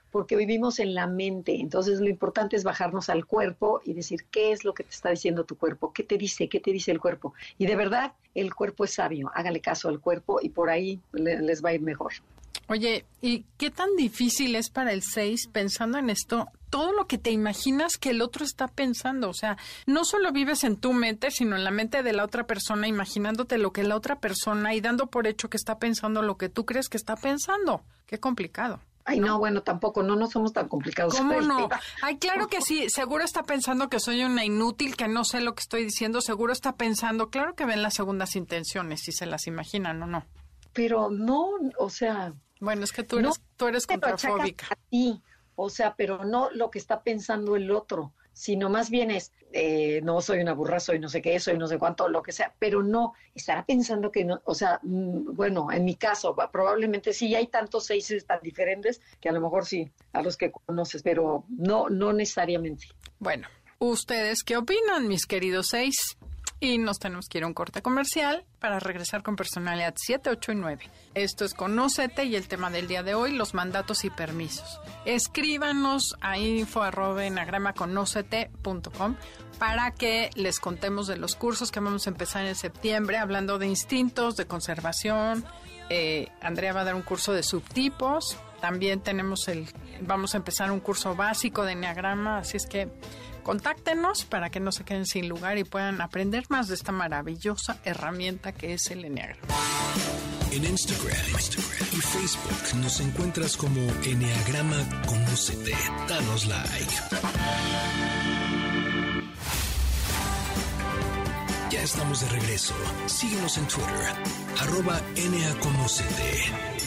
porque vivimos en la mente. Entonces lo importante es bajarnos al cuerpo y decir qué es lo que te está diciendo tu cuerpo, qué te dice, qué te dice el cuerpo. Y de verdad, el cuerpo es sabio, hágale caso al cuerpo y por ahí le, les va a ir mejor. Oye, ¿y qué tan difícil es para el seis, pensando en esto, todo lo que te imaginas que el otro está pensando? O sea, no solo vives en tu mente, sino en la mente de la otra persona, imaginándote lo que la otra persona y dando por hecho que está pensando lo que tú crees que está pensando. Qué complicado. Ay, no, bueno, tampoco, no, no somos tan complicados. ¿Cómo no? Ay, claro que sí, seguro está pensando que soy una inútil, que no sé lo que estoy diciendo, seguro está pensando, claro que ven las segundas intenciones, si se las imaginan o no. Pero no, o sea... Bueno, es que tú eres, no, tú eres contrafóbica. A ti, o sea, pero no lo que está pensando el otro, sino más bien es, eh, no, soy una burra, soy no sé qué, soy no sé cuánto, lo que sea, pero no, estará pensando que no, o sea, mmm, bueno, en mi caso, probablemente sí, hay tantos seises tan diferentes que a lo mejor sí, a los que conoces, pero no, no necesariamente. Bueno, ¿ustedes qué opinan, mis queridos seis? Y nos tenemos que ir a un corte comercial para regresar con personalidad siete, ocho y nueve. Esto es Conócete y el tema del día de hoy, los mandatos y permisos. Escríbanos a info arroba eneagrama conócete punto com para que les contemos de los cursos que vamos a empezar en septiembre, hablando de instintos, de conservación. Eh, Andrea va a dar un curso de subtipos. También tenemos el, vamos a empezar un curso básico de eneagrama, así es que contáctenos para que no se queden sin lugar y puedan aprender más de esta maravillosa herramienta que es el eneagrama. En Instagram, Instagram y Facebook nos encuentras como Eneagrama Conócete. Danos like. Ya estamos de regreso. Síguenos en Twitter, arroba eneaconócete.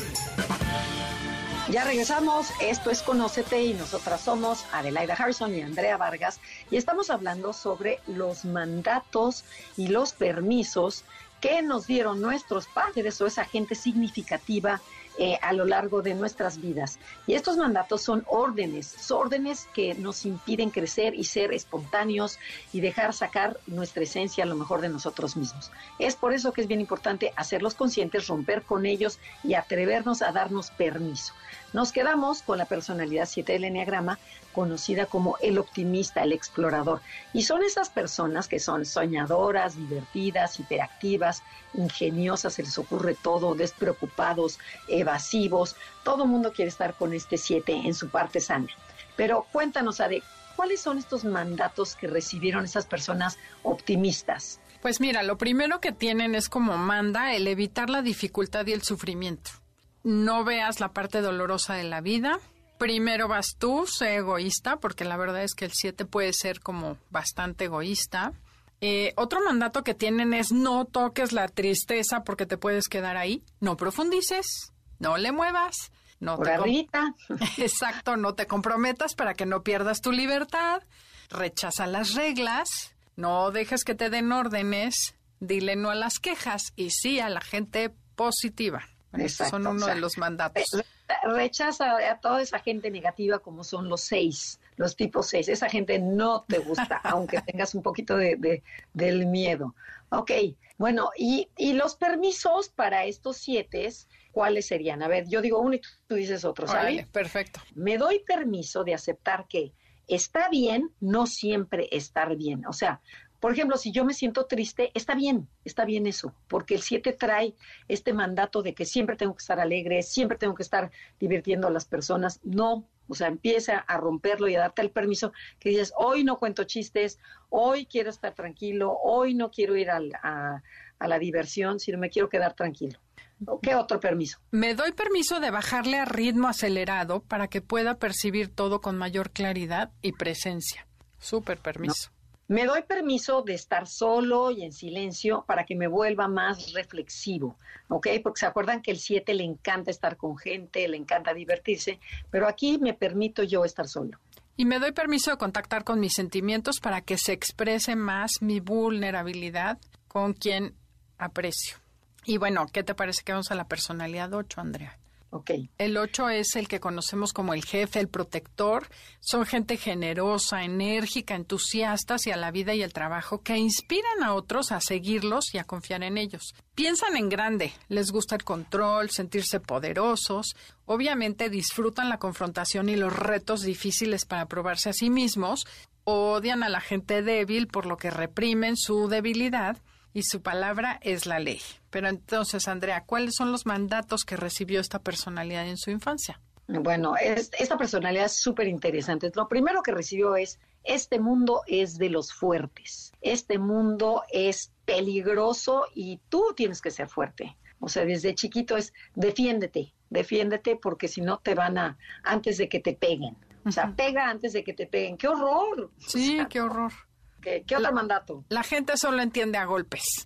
Ya regresamos, esto es Conócete y nosotras somos Adelaida Harrison y Andrea Vargas y estamos hablando sobre los mandatos y los permisos que nos dieron nuestros padres o esa gente significativa eh, a lo largo de nuestras vidas. Y estos mandatos son órdenes, son órdenes que nos impiden crecer y ser espontáneos y dejar sacar nuestra esencia, lo mejor de nosotros mismos. Es por eso que es bien importante hacerlos conscientes, romper con ellos y atrevernos a darnos permiso. Nos quedamos con la personalidad siete del eneagrama, conocida como el optimista, el explorador. Y son esas personas que son soñadoras, divertidas, hiperactivas, ingeniosas, se les ocurre todo, despreocupados, evasivos. Todo el mundo quiere estar con este siete en su parte sana. Pero cuéntanos, Ade, ¿cuáles son estos mandatos que recibieron esas personas optimistas? Pues mira, lo primero que tienen es como manda el evitar la dificultad y el sufrimiento. No veas la parte dolorosa de la vida. Primero vas tú, sé egoísta, porque la verdad es que el siete puede ser como bastante egoísta. Eh, otro mandato que tienen es no toques la tristeza porque te puedes quedar ahí. No profundices, no le muevas. No Por te arriba. Com- Exacto, no te comprometas para que no pierdas tu libertad. Rechaza las reglas. No dejes que te den órdenes. Dile no a las quejas y sí a la gente positiva. Bueno, Exacto, son uno o sea, de los mandatos. Rechaza a toda esa gente negativa como son los seis, los tipos seis. Esa gente no te gusta, aunque tengas un poquito de, de, del miedo. Ok, bueno, y, y los permisos para estos siete, ¿cuáles serían? A ver, yo digo uno y tú dices otro, ¿sabes? Órale, perfecto. Me doy permiso de aceptar que está bien no siempre estar bien. O sea, por ejemplo, si yo me siento triste, está bien, está bien eso, porque el siete trae este mandato de que siempre tengo que estar alegre, siempre tengo que estar divirtiendo a las personas. No, o sea, empieza a romperlo y a darte el permiso que dices, hoy no cuento chistes, hoy quiero estar tranquilo, hoy no quiero ir al, a, a la diversión, sino me quiero quedar tranquilo. ¿Qué otro permiso? Me doy permiso de bajarle a ritmo acelerado para que pueda percibir todo con mayor claridad y presencia. Súper permiso. No. Me doy permiso de estar solo y en silencio para que me vuelva más reflexivo, ¿ok? Porque se acuerdan que el siete le encanta estar con gente, le encanta divertirse, pero aquí me permito yo estar solo. Y me doy permiso de contactar con mis sentimientos para que se exprese más mi vulnerabilidad con quien aprecio. Y bueno, ¿qué te parece que vamos a la personalidad ocho, Andrea? Okay. El ocho es el que conocemos como el jefe, el protector. Son gente generosa, enérgica, entusiasta hacia la vida y el trabajo, que inspiran a otros a seguirlos y a confiar en ellos. Piensan en grande, les gusta el control, sentirse poderosos. Obviamente disfrutan la confrontación y los retos difíciles para probarse a sí mismos. Odian a la gente débil, por lo que reprimen su debilidad. Y su palabra es la ley. Pero entonces, Andrea, ¿cuáles son los mandatos que recibió esta personalidad en su infancia? Bueno, es, esta personalidad es súper interesante. Lo primero que recibió es, este mundo es de los fuertes. Este mundo es peligroso y tú tienes que ser fuerte. O sea, desde chiquito es, defiéndete, defiéndete porque si no te van a, antes de que te peguen. O sea, uh-huh. pega antes de que te peguen. ¡Qué horror! Sí, o sea, qué horror. ¿Qué, qué otro la, mandato? La gente solo entiende a golpes.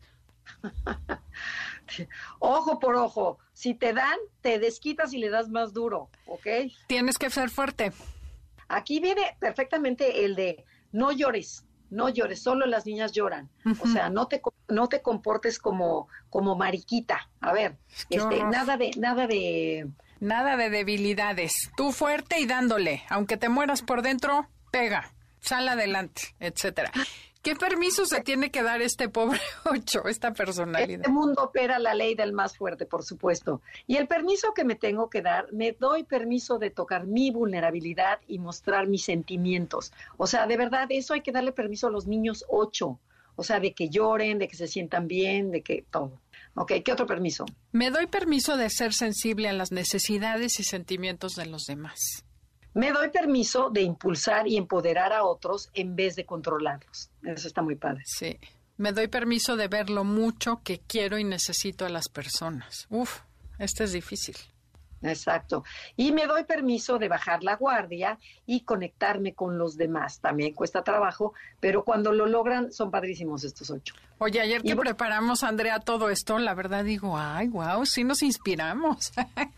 Ojo por ojo. Si te dan, te desquitas y le das más duro, ¿ok? Tienes que ser fuerte. Aquí viene perfectamente el de no llores, no llores, solo las niñas lloran. Uh-huh. O sea, no te no te comportes como como mariquita. A ver, Qué este, horror. nada de nada de nada de debilidades. Tú fuerte y dándole, aunque te mueras por dentro, pega. Sal adelante, etcétera. ¿Qué permiso se tiene que dar este pobre ocho, esta personalidad? Este mundo opera la ley del más fuerte, por supuesto. Y el permiso que me tengo que dar, me doy permiso de tocar mi vulnerabilidad y mostrar mis sentimientos. O sea, de verdad, eso hay que darle permiso a los niños ocho. O sea, de que lloren, de que se sientan bien, de que todo. Ok, ¿qué otro permiso? Me doy permiso de ser sensible a las necesidades y sentimientos de los demás. Me doy permiso de impulsar y empoderar a otros en vez de controlarlos. Eso está muy padre. Sí. Me doy permiso de ver lo mucho que quiero y necesito a las personas. Uf, este es difícil. Exacto. Y me doy permiso de bajar la guardia y conectarme con los demás. También cuesta trabajo, pero cuando lo logran son padrísimos estos ocho. Oye, ayer que y, preparamos, Andrea, todo esto, la verdad digo, ay, wow, sí nos inspiramos.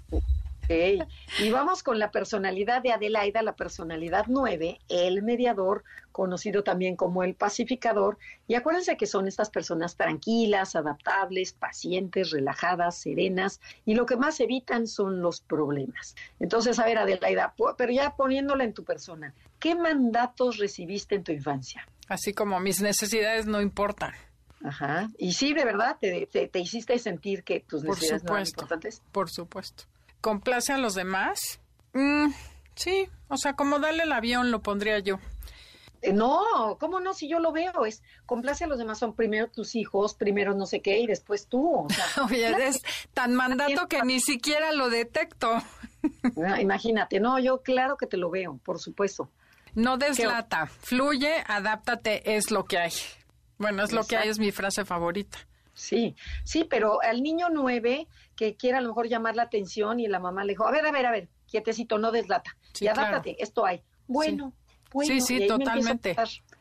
Okay. Y vamos con la personalidad de Adelaida, la personalidad nueve, el mediador, conocido también como el pacificador. Y acuérdense que son estas personas tranquilas, adaptables, pacientes, relajadas, serenas, y lo que más evitan son los problemas. Entonces, a ver, Adelaida, pero ya poniéndola en tu persona, ¿qué mandatos recibiste en tu infancia? Así como mis necesidades no importan. Ajá. Y sí, de verdad, te, te, te hiciste sentir que tus necesidades no eran importantes. Por supuesto. ¿Complace a los demás? Mm, sí, o sea, como darle el avión lo pondría yo. Eh, no, ¿cómo no? Si yo lo veo, es complace a los demás, son primero tus hijos, primero no sé qué y después tú. O sea, oye, eres tan mandato que ni siquiera lo detecto. No, imagínate, no, yo claro que te lo veo, por supuesto. No deslata, fluye, adáptate, es lo que hay. Bueno, es Exacto. lo que hay, es mi frase favorita. Sí, sí, pero al niño nueve que quiere a lo mejor llamar la atención y la mamá le dijo, a ver, a ver, a ver, quietecito, no deslata, sí, y adáptate, claro. Esto hay. Bueno, sí. bueno. Sí, sí, totalmente.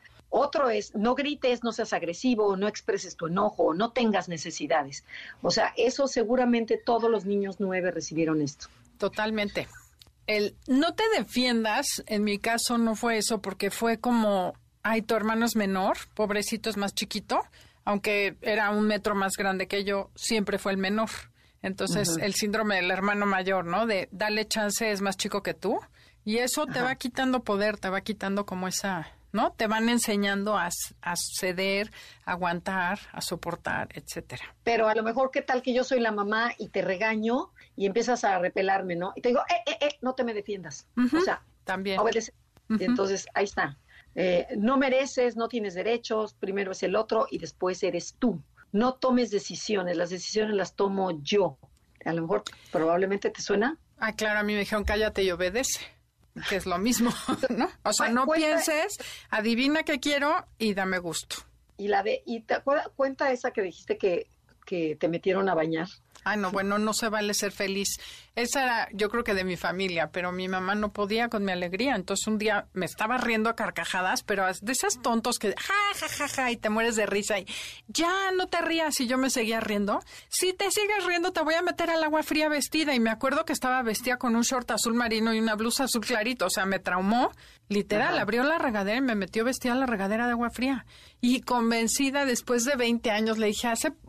Otro es, no grites, no seas agresivo, no expreses tu enojo, no tengas necesidades. O sea, eso seguramente todos los niños nueve recibieron esto. Totalmente. El no te defiendas, en mi caso no fue eso, porque fue como, ay, tu hermano es menor, pobrecito es más chiquito, aunque era un metro más grande que yo, siempre fue el menor. Entonces, uh-huh. el síndrome del hermano mayor, ¿no? De dale chance, es más chico que tú. Y eso te Ajá. va quitando poder, te va quitando como esa, ¿no? Te van enseñando a, a ceder, a aguantar, a soportar, etcétera. Pero a lo mejor, ¿qué tal que yo soy la mamá y te regaño y empiezas a repelarme, ¿no? Y te digo, eh, eh, eh, no te me defiendas. Uh-huh. O sea, también. Obedece. Uh-huh. Y entonces, ahí está. Eh, no mereces, no tienes derechos, primero es el otro y después eres tú. No tomes decisiones, las decisiones las tomo yo. A lo mejor probablemente te suena. Ah, claro, a mí me dijeron cállate y obedece, que es lo mismo, ¿no? O sea, no cuenta, pienses, adivina qué quiero y dame gusto. Y la de y te acuerdas, cuenta esa que dijiste que, que te metieron a bañar. Ay, no, bueno, no se vale ser feliz. Esa era, yo creo que de mi familia, pero mi mamá no podía con mi alegría. Entonces un día me estaba riendo a carcajadas, pero de esas tontos que ja, ja, ja, ja, y te mueres de risa y ya no te rías. Y yo me seguía riendo. Si te sigues riendo, te voy a meter al agua fría vestida. Y me acuerdo que estaba vestida con un short azul marino y una blusa azul clarito. O sea, me traumó. Literal, Ajá. abrió la regadera y me metió vestida a la regadera de agua fría. Y convencida, después de veinte años, le dije, hace, bueno,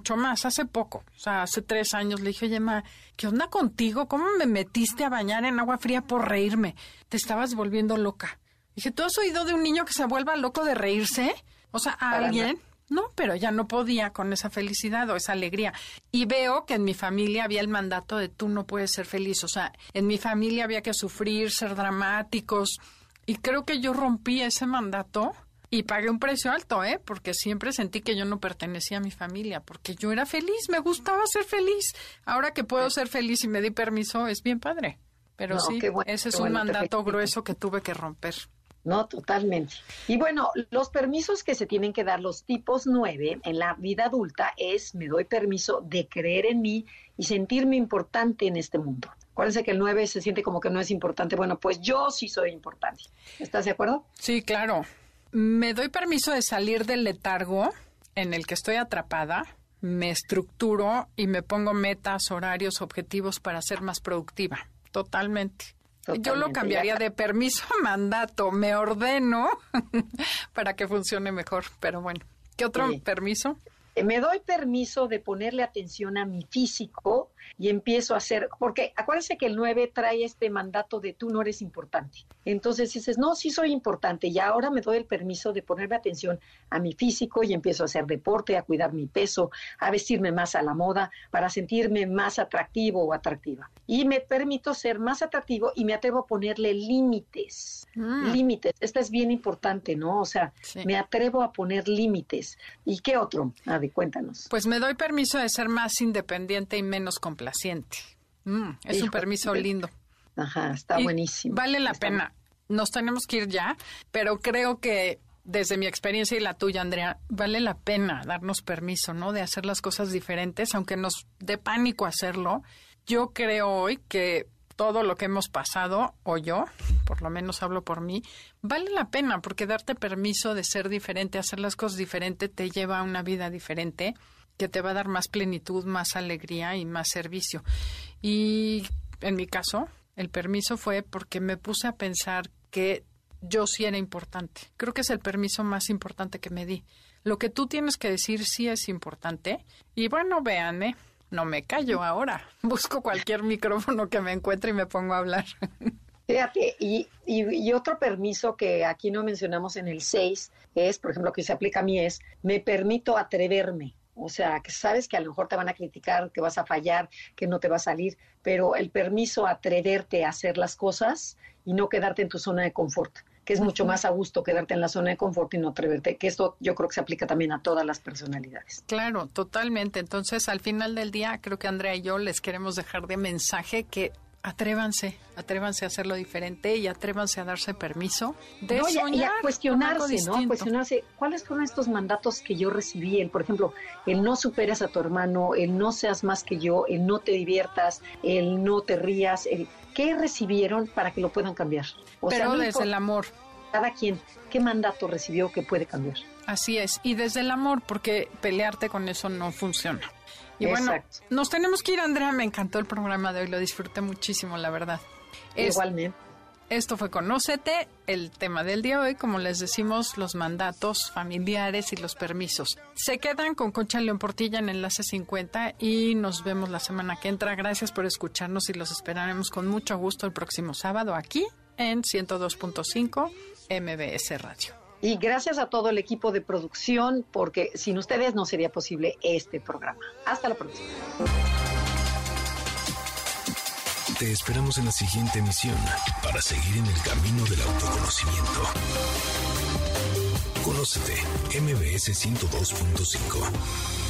mucho más, hace poco, o sea, hace tres años le dije, oye, ma, ¿qué onda contigo? ¿Cómo me metiste a bañar en agua fría por reírme? Te estabas volviendo loca. Dije, ¿tú has oído de un niño que se vuelva loco de reírse? O sea, ¿a alguien? No, pero ya no podía con esa felicidad o esa alegría. Y veo que en mi familia había el mandato de tú no puedes ser feliz. O sea, en mi familia había que sufrir, ser dramáticos. Y creo que yo rompí ese mandato y pagué un precio alto, ¿eh? Porque siempre sentí que yo no pertenecía a mi familia, porque yo era feliz, me gustaba ser feliz. Ahora que puedo ser feliz y me di permiso, es bien padre. Pero no, sí, bueno, ese es un bueno, mandato grueso que tuve que romper. No, totalmente. Y bueno, los permisos que se tienen que dar los tipos nueve en la vida adulta es, me doy permiso de creer en mí y sentirme importante en este mundo. Acuérdense que el nueve se siente como que no es importante. Bueno, pues yo sí soy importante. ¿Estás de acuerdo? Sí, claro. Me doy permiso de salir del letargo en el que estoy atrapada, me estructuro y me pongo metas, horarios, objetivos para ser más productiva. Totalmente. Totalmente. Yo lo cambiaría de permiso a mandato. Me ordeno para que funcione mejor. Pero bueno, ¿qué otro sí. permiso? Me doy permiso de ponerle atención a mi físico y empiezo a hacer, porque acuérdense que el nueve trae este mandato de tú no eres importante. Entonces dices, no, sí soy importante y ahora me doy el permiso de ponerme atención a mi físico y empiezo a hacer deporte, a cuidar mi peso, a vestirme más a la moda para sentirme más atractivo o atractiva. Y me permito ser más atractivo y me atrevo a ponerle límites. Mm. Límites, esta es bien importante, ¿no? O sea, sí. me atrevo a poner límites. ¿Y qué otro? A ver, cuéntanos. Pues me doy permiso de ser más independiente y menos complaciente. Mm, es Hijo, un permiso lindo. Ajá, está y buenísimo. Vale la está pena. Bien. Nos tenemos que ir ya, pero creo que desde mi experiencia y la tuya, Andrea, vale la pena darnos permiso, ¿no? De hacer las cosas diferentes, aunque nos dé pánico hacerlo. Yo creo hoy que todo lo que hemos pasado, o yo, por lo menos hablo por mí, vale la pena, porque darte permiso de ser diferente, hacer las cosas diferentes, te lleva a una vida diferente, que te va a dar más plenitud, más alegría y más servicio. Y en mi caso, el permiso fue porque me puse a pensar que yo sí era importante. Creo que es el permiso más importante que me di. Lo que tú tienes que decir sí es importante. Y bueno, vean, ¿eh? No me callo ahora. Busco cualquier micrófono que me encuentre y me pongo a hablar. Fíjate, y, y, y otro permiso que aquí no mencionamos en el seis es, por ejemplo, que se aplica a mí es, me permito atreverme. O sea, que sabes que a lo mejor te van a criticar, que vas a fallar, que no te va a salir, pero el permiso a atreverte a hacer las cosas y no quedarte en tu zona de confort, que es mucho más a gusto quedarte en la zona de confort y no atreverte, que esto yo creo que se aplica también a todas las personalidades. Claro, totalmente. Entonces, al final del día, creo que Andrea y yo les queremos dejar de mensaje que atrévanse, atrévanse a hacerlo diferente y atrévanse a darse permiso de no, y, soñar y a cuestionarse, ¿no? A cuestionarse, ¿cuáles fueron estos mandatos que yo recibí? El, por ejemplo, el no superes a tu hermano, el no seas más que yo, el no te diviertas, el no te rías, el ¿qué recibieron para que lo puedan cambiar? O Pero sea, no desde el amor. Cada quien, ¿qué mandato recibió que puede cambiar? Así es, y desde el amor, porque pelearte con eso no funciona. Y bueno, Exacto. nos tenemos que ir, Andrea. Me encantó el programa de hoy, lo disfruté muchísimo, la verdad. Igualmente. Es, esto fue Conócete, el tema del día de hoy, como les decimos, los mandatos familiares y los permisos. Se quedan con Concha León Portilla en Enlace cincuenta y nos vemos la semana que entra. Gracias por escucharnos y los esperaremos con mucho gusto el próximo sábado aquí en ciento dos punto cinco M B S Radio. Y gracias a todo el equipo de producción, porque sin ustedes no sería posible este programa. Hasta la próxima. Te esperamos en la siguiente emisión para seguir en el camino del autoconocimiento. Conócete, M B S ciento dos punto cinco.